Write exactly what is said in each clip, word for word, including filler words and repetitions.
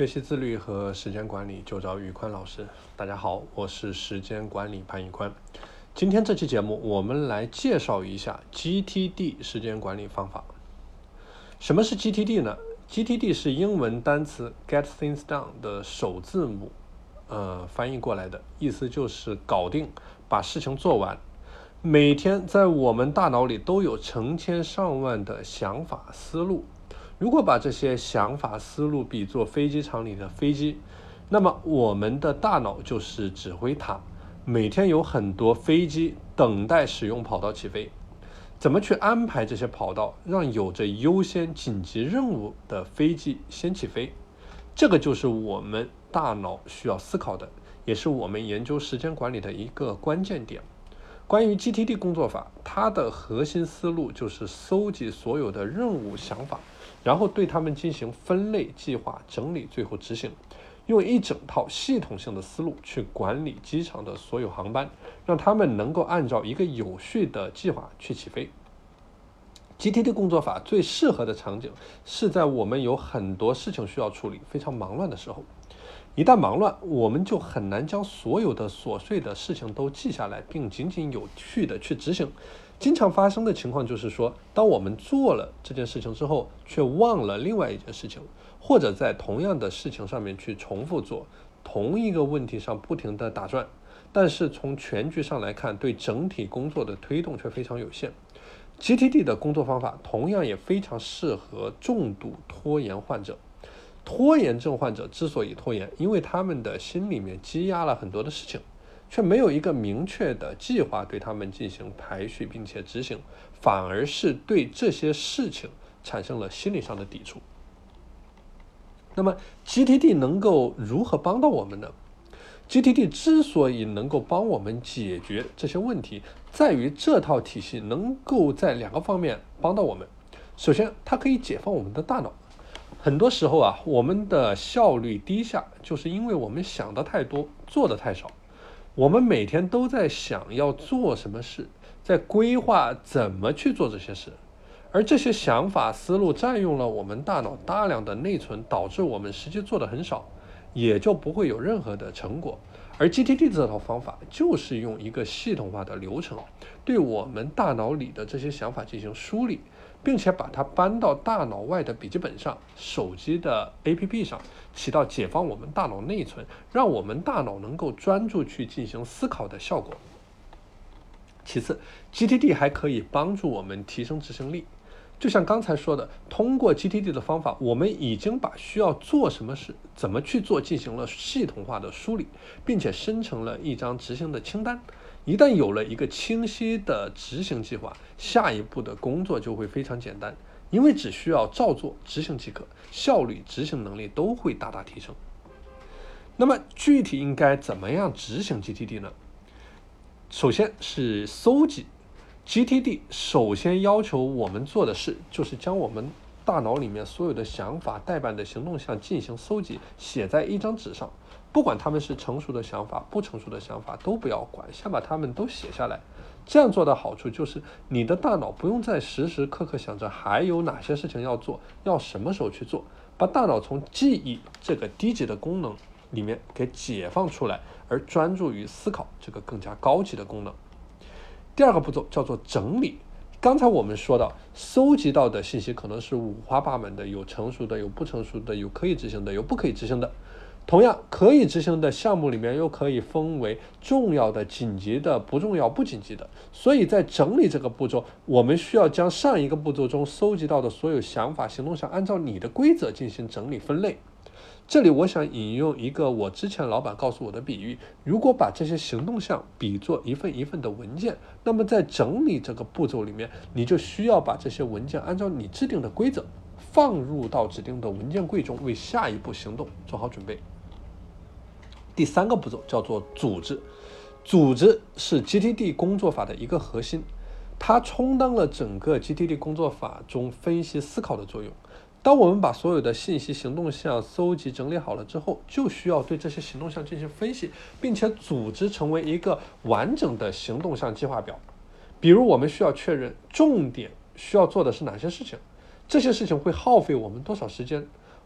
学习自律和时间管理就找宇宽老师。大家好，我是时间管理潘宇宽。今天这期节目我们来介绍一下 G T D 时间管理方法。什么是 G T D 呢？ G T D 是英文单词 Get Things Done 的首字母呃，翻译过来的意思就是搞定，把事情做完。每天在我们大脑里都有成千上万的想法思路，如果把这些想法思路比作飞机场里的飞机，那么我们的大脑就是指挥塔，每天有很多飞机等待使用跑道起飞。怎么去安排这些跑道，让有着优先紧急任务的飞机先起飞？这个就是我们大脑需要思考的，也是我们研究时间管理的一个关键点。关于 G T D 工作法，它的核心思路就是搜集所有的任务想法，然后对它们进行分类、计划、整理，最后执行，用一整套系统性的思路去管理机场的所有航班，让他们能够按照一个有序的计划去起飞。G T D 工作法最适合的场景是在我们有很多事情需要处理、非常忙乱的时候。一旦忙乱，我们就很难将所有的琐碎的事情都记下来，并井井有序的去执行。经常发生的情况就是说，当我们做了这件事情之后，却忘了另外一件事情，或者在同样的事情上面去重复做，同一个问题上不停的打转，但是从全局上来看，对整体工作的推动却非常有限。G T D 的工作方法同样也非常适合重度拖延患者。拖延症患者之所以拖延，因为他们的心里面积压了很多的事情，却没有一个明确的计划对他们进行排序并且执行，反而是对这些事情产生了心理上的抵触。那么 G T D 能够如何帮到我们呢？ G T D 之所以能够帮我们解决这些问题，在于这套体系能够在两个方面帮到我们。首先，它可以解放我们的大脑。很多时候啊，我们的效率低下，就是因为我们想的太多，做的太少。我们每天都在想要做什么事，在规划怎么去做这些事，而这些想法思路占用了我们大脑大量的内存，导致我们实际做的很少，也就不会有任何的成果。而 G T D 这套方法就是用一个系统化的流程，对我们大脑里的这些想法进行梳理，并且把它搬到大脑外的笔记本上、手机的 A P P 上，起到解放我们大脑内存，让我们大脑能够专注去进行思考的效果。其次， G T D 还可以帮助我们提升执行力。就像刚才说的，通过 G T D 的方法，我们已经把需要做什么事、怎么去做进行了系统化的梳理，并且生成了一张执行的清单。一旦有了一个清晰的执行计划，下一步的工作就会非常简单，因为只需要照做执行即可，效率、执行能力都会大大提升。那么具体应该怎么样执行 G T D 呢？首先是搜集。G T D 首先要求我们做的事，就是将我们大脑里面所有的想法、待办的行动项进行搜集，写在一张纸上。不管他们是成熟的想法、不成熟的想法，都不要管，先把它们都写下来。这样做的好处就是，你的大脑不用再时时刻刻想着还有哪些事情要做，要什么时候去做，把大脑从记忆这个低级的功能里面给解放出来，而专注于思考这个更加高级的功能。第二个步骤叫做整理。刚才我们说到，搜集到的信息可能是五花八门的，有成熟的，有不成熟的，有可以执行的，有不可以执行的。同样，可以执行的项目里面又可以分为重要的、紧急的、不重要、不紧急的。所以在整理这个步骤，我们需要将上一个步骤中搜集到的所有想法、行动项，按照你的规则进行整理分类。这里我想引用一个我之前老板告诉我的比喻，如果把这些行动项比作一份一份的文件，那么在整理这个步骤里面，你就需要把这些文件按照你制定的规则放入到指定的文件柜中，为下一步行动做好准备。第三个步骤叫做组织。组织是 G T D 工作法的一个核心，它充当了整个 G T D 工作法中分析思考的作用。当我们把所有的信息行动项搜集整理好了之后，就需要对这些行动项进行分析，并且组织成为一个完整的行动项计划表。比如我们需要确认重点需要做的是哪些事情，这些事情会耗费我们多少时间，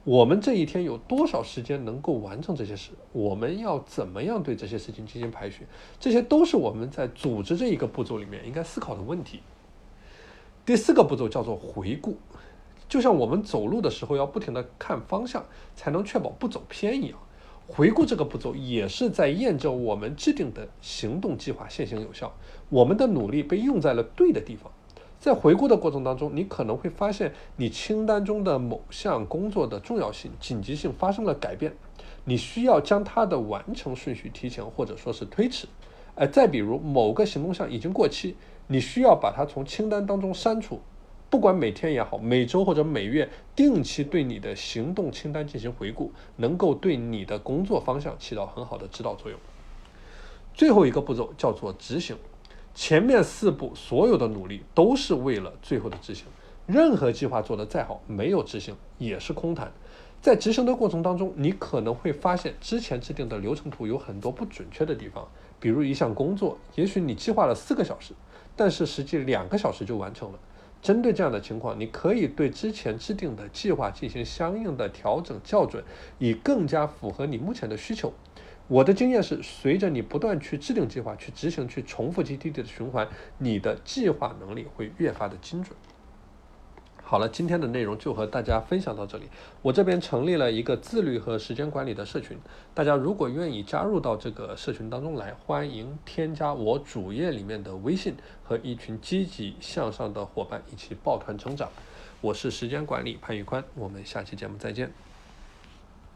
我们这一天有多少时间能够完成这些事？我们要怎么样对这些事情进行排序？这些都是我们在组织这一个步骤里面应该思考的问题。第四个步骤叫做回顾，就像我们走路的时候要不停地看方向，才能确保不走偏一样。回顾这个步骤也是在验证我们制定的行动计划现行有效，我们的努力被用在了对的地方。在回顾的过程当中，你可能会发现你清单中的某项工作的重要性、紧急性发生了改变，你需要将它的完成顺序提前或者说是推迟。呃，再比如某个行动项已经过期，你需要把它从清单当中删除。不管每天也好，每周或者每月，定期对你的行动清单进行回顾，能够对你的工作方向起到很好的指导作用。最后一个步骤叫做执行。前面四步所有的努力都是为了最后的执行，任何计划做得再好，没有执行也是空谈。在执行的过程当中，你可能会发现之前制定的流程图有很多不准确的地方，比如一项工作，也许你计划了四个小时，但是实际两个小时就完成了。针对这样的情况，你可以对之前制定的计划进行相应的调整校准，以更加符合你目前的需求。我的经验是，随着你不断去制定计划、去执行、去重复 G T D 的循环，你的计划能力会越发的精准。好了，今天的内容就和大家分享到这里。我这边成立了一个自律和时间管理的社群，大家如果愿意加入到这个社群当中来，欢迎添加我主页里面的微信，和一群积极向上的伙伴一起抱团成长。我是时间管理潘宇宽，我们下期节目再见。